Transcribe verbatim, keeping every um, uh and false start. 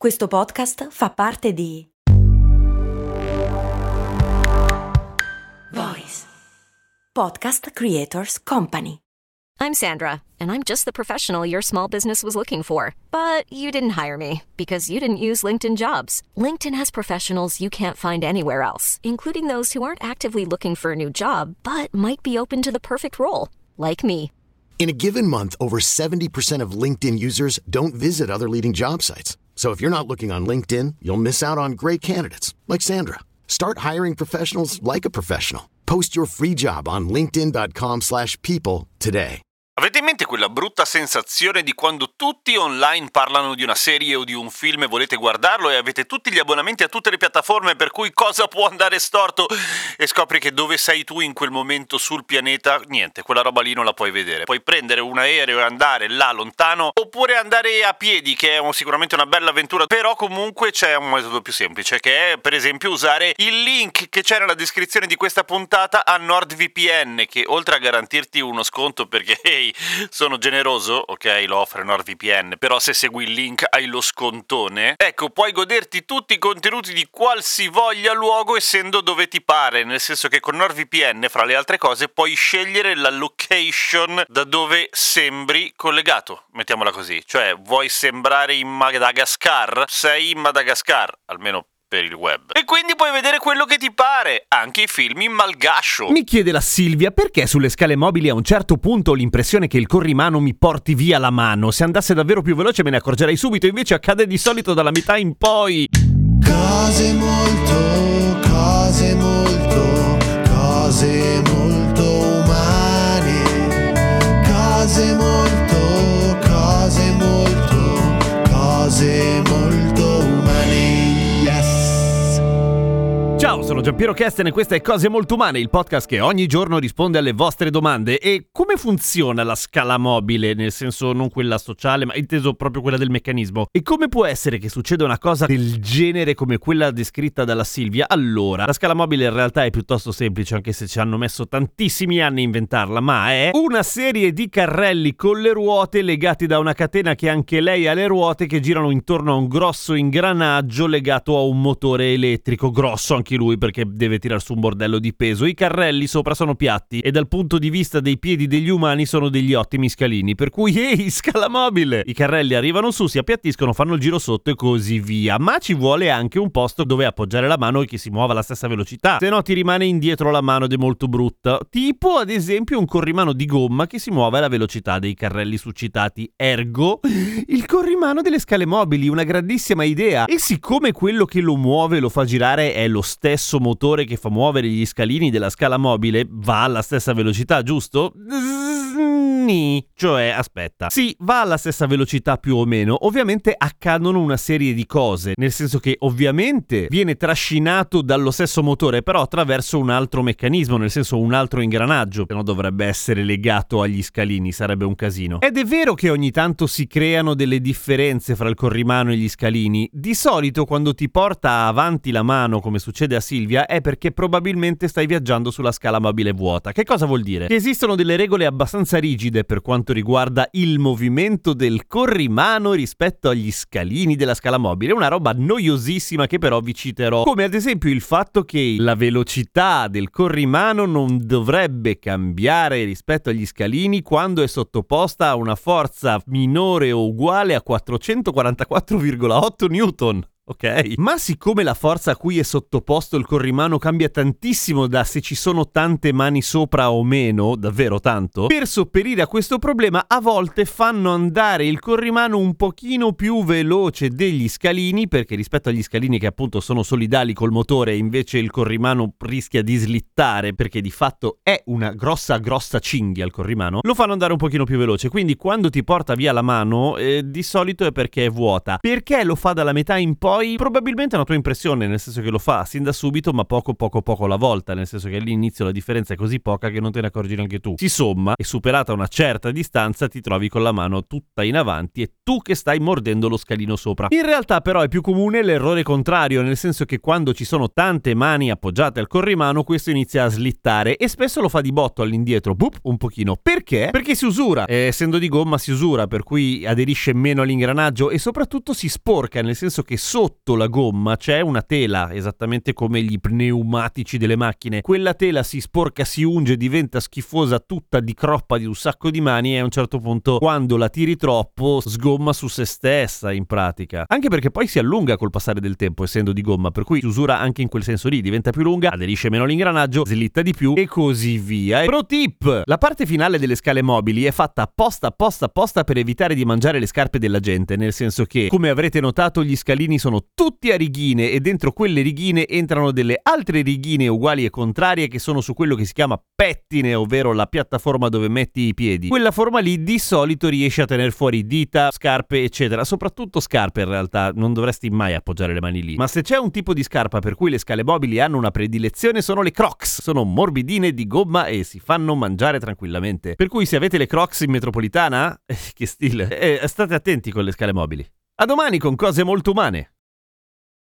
Questo podcast fa parte di Voice Podcast Creators Company. I'm Sandra, and I'm just the professional your small business was looking for. But you didn't hire me because you didn't use LinkedIn Jobs. LinkedIn has professionals you can't find anywhere else, including those who aren't actively looking for a new job, but might be open to the perfect role, like me. In a given month, over seventy percent of LinkedIn users don't visit other leading job sites. So if you're not looking on LinkedIn, you'll miss out on great candidates like Sandra. Start hiring professionals like a professional. Post your free job on linkedin.com slash people today. Avete in mente quella brutta sensazione di quando tutti online parlano di una serie o di un film e volete guardarlo e avete tutti gli abbonamenti a tutte le piattaforme, per cui cosa può andare storto? E scopri che dove sei tu in quel momento sul pianeta, niente, quella roba lì non la puoi vedere. Puoi prendere un aereo e andare là lontano, oppure andare a piedi, che è sicuramente una bella avventura, però comunque c'è un metodo più semplice, che è per esempio usare il link che c'è nella descrizione di questa puntata a NordVPN, che oltre a garantirti uno sconto perché hey, sono generoso, ok, lo offre NordVPN, però se segui il link hai lo scontone, ecco, puoi goderti tutti i contenuti di qualsivoglia luogo essendo dove ti pare, nel senso che con NordVPN, fra le altre cose, puoi scegliere la location da dove sembri collegato, mettiamola così, cioè vuoi sembrare in Madagascar, sei in Madagascar, almeno per il web. E quindi puoi vedere quello che ti pare, anche i film in malgascio. Mi chiede la Silvia perché sulle scale mobili a un certo punto ho l'impressione che il corrimano mi porti via la mano. Se andasse davvero più veloce me ne accorgerei subito, invece accade di solito dalla metà in poi. Cose molto, cose molto, cose molto umane. Cose molto, cose molto, cose molto umane. Ciao, sono Giampiero Kesten e questa è Cose Molto Umane, il podcast che ogni giorno risponde alle vostre domande. E come funziona la scala mobile? Nel senso non quella sociale, ma inteso proprio quella del meccanismo. E come può essere che succeda una cosa del genere come quella descritta dalla Silvia? Allora, la scala mobile in realtà è piuttosto semplice, anche se ci hanno messo tantissimi anni a inventarla, ma è una serie di carrelli con le ruote legati da una catena che anche lei ha le ruote, che girano intorno a un grosso ingranaggio legato a un motore elettrico, grosso anche lui perché deve tirar su un bordello di peso. I carrelli sopra sono piatti e dal punto di vista dei piedi degli umani sono degli ottimi scalini, per cui ehi, scala mobile! I carrelli arrivano su, si appiattiscono, fanno il giro sotto e così via, ma ci vuole anche un posto dove appoggiare la mano e che si muova alla stessa velocità, se no ti rimane indietro la mano ed è molto brutta, tipo ad esempio un corrimano di gomma che si muove alla velocità dei carrelli succitati, ergo il corrimano delle scale mobili, una grandissima idea. E siccome quello che lo muove e lo fa girare è lo stesso motore che fa muovere gli scalini della scala mobile, va alla stessa velocità, giusto? Nì, cioè, aspetta. Sì, va alla stessa velocità più o meno. Ovviamente accadono una serie di cose, nel senso che ovviamente viene trascinato dallo stesso motore, però attraverso un altro meccanismo, nel senso un altro ingranaggio, che non dovrebbe essere legato agli scalini, sarebbe un casino. Ed è vero che ogni tanto si creano delle differenze fra il corrimano e gli scalini. Di solito quando ti porta avanti la mano, come succede a Silvia, è perché probabilmente stai viaggiando sulla scala mobile vuota. Che cosa vuol dire? Che esistono delle regole abbastanza rigide per quanto riguarda il movimento del corrimano rispetto agli scalini della scala mobile, una roba noiosissima che però vi citerò, come ad esempio il fatto che la velocità del corrimano non dovrebbe cambiare rispetto agli scalini quando è sottoposta a una forza minore o uguale a quattrocentoquarantaquattro virgola otto newton. Ok, ma siccome la forza a cui è sottoposto il corrimano cambia tantissimo da se ci sono tante mani sopra o meno, davvero tanto, per sopperire a questo problema a volte fanno andare il corrimano un pochino più veloce degli scalini, perché rispetto agli scalini che appunto sono solidali col motore, invece il corrimano rischia di slittare perché di fatto è una grossa grossa cinghia il corrimano, lo fanno andare un pochino più veloce. Quindi quando ti porta via la mano eh, di solito è perché è vuota. Perché lo fa dalla metà in poi? poi probabilmente è una tua impressione, nel senso che lo fa sin da subito, ma poco poco poco alla volta, nel senso che all'inizio la differenza è così poca che non te ne accorgi neanche tu. Si somma e superata una certa distanza ti trovi con la mano tutta in avanti e tu che stai mordendo lo scalino sopra. In realtà però è più comune l'errore contrario, nel senso che quando ci sono tante mani appoggiate al corrimano questo inizia a slittare e spesso lo fa di botto all'indietro, boop, un pochino. Perché? Perché si usura, e essendo di gomma si usura, per cui aderisce meno all'ingranaggio e soprattutto si sporca, nel senso che sotto la gomma c'è una tela, esattamente come gli pneumatici delle macchine. Quella tela si sporca, si unge, diventa schifosa, tutta di croppa di un sacco di mani e a un certo punto quando la tiri troppo sgomma su se stessa in pratica. Anche perché poi si allunga col passare del tempo essendo di gomma, per cui si usura anche in quel senso lì, diventa più lunga, aderisce meno all'ingranaggio, slitta di più e così via. E pro tip! La parte finale delle scale mobili è fatta apposta apposta apposta per evitare di mangiare le scarpe della gente, nel senso che, come avrete notato, gli scalini sono tutti a righine e dentro quelle righine entrano delle altre righine uguali e contrarie che sono su quello che si chiama pettine, ovvero la piattaforma dove metti i piedi. Quella forma lì di solito riesce a tenere fuori dita, scarpe eccetera, soprattutto scarpe in realtà, non dovresti mai appoggiare le mani lì. Ma se c'è un tipo di scarpa per cui le scale mobili hanno una predilezione sono le Crocs, sono morbidine di gomma e si fanno mangiare tranquillamente. Per cui se avete le Crocs in metropolitana, eh, che stile, eh, state attenti con le scale mobili. A domani con cose molto umane.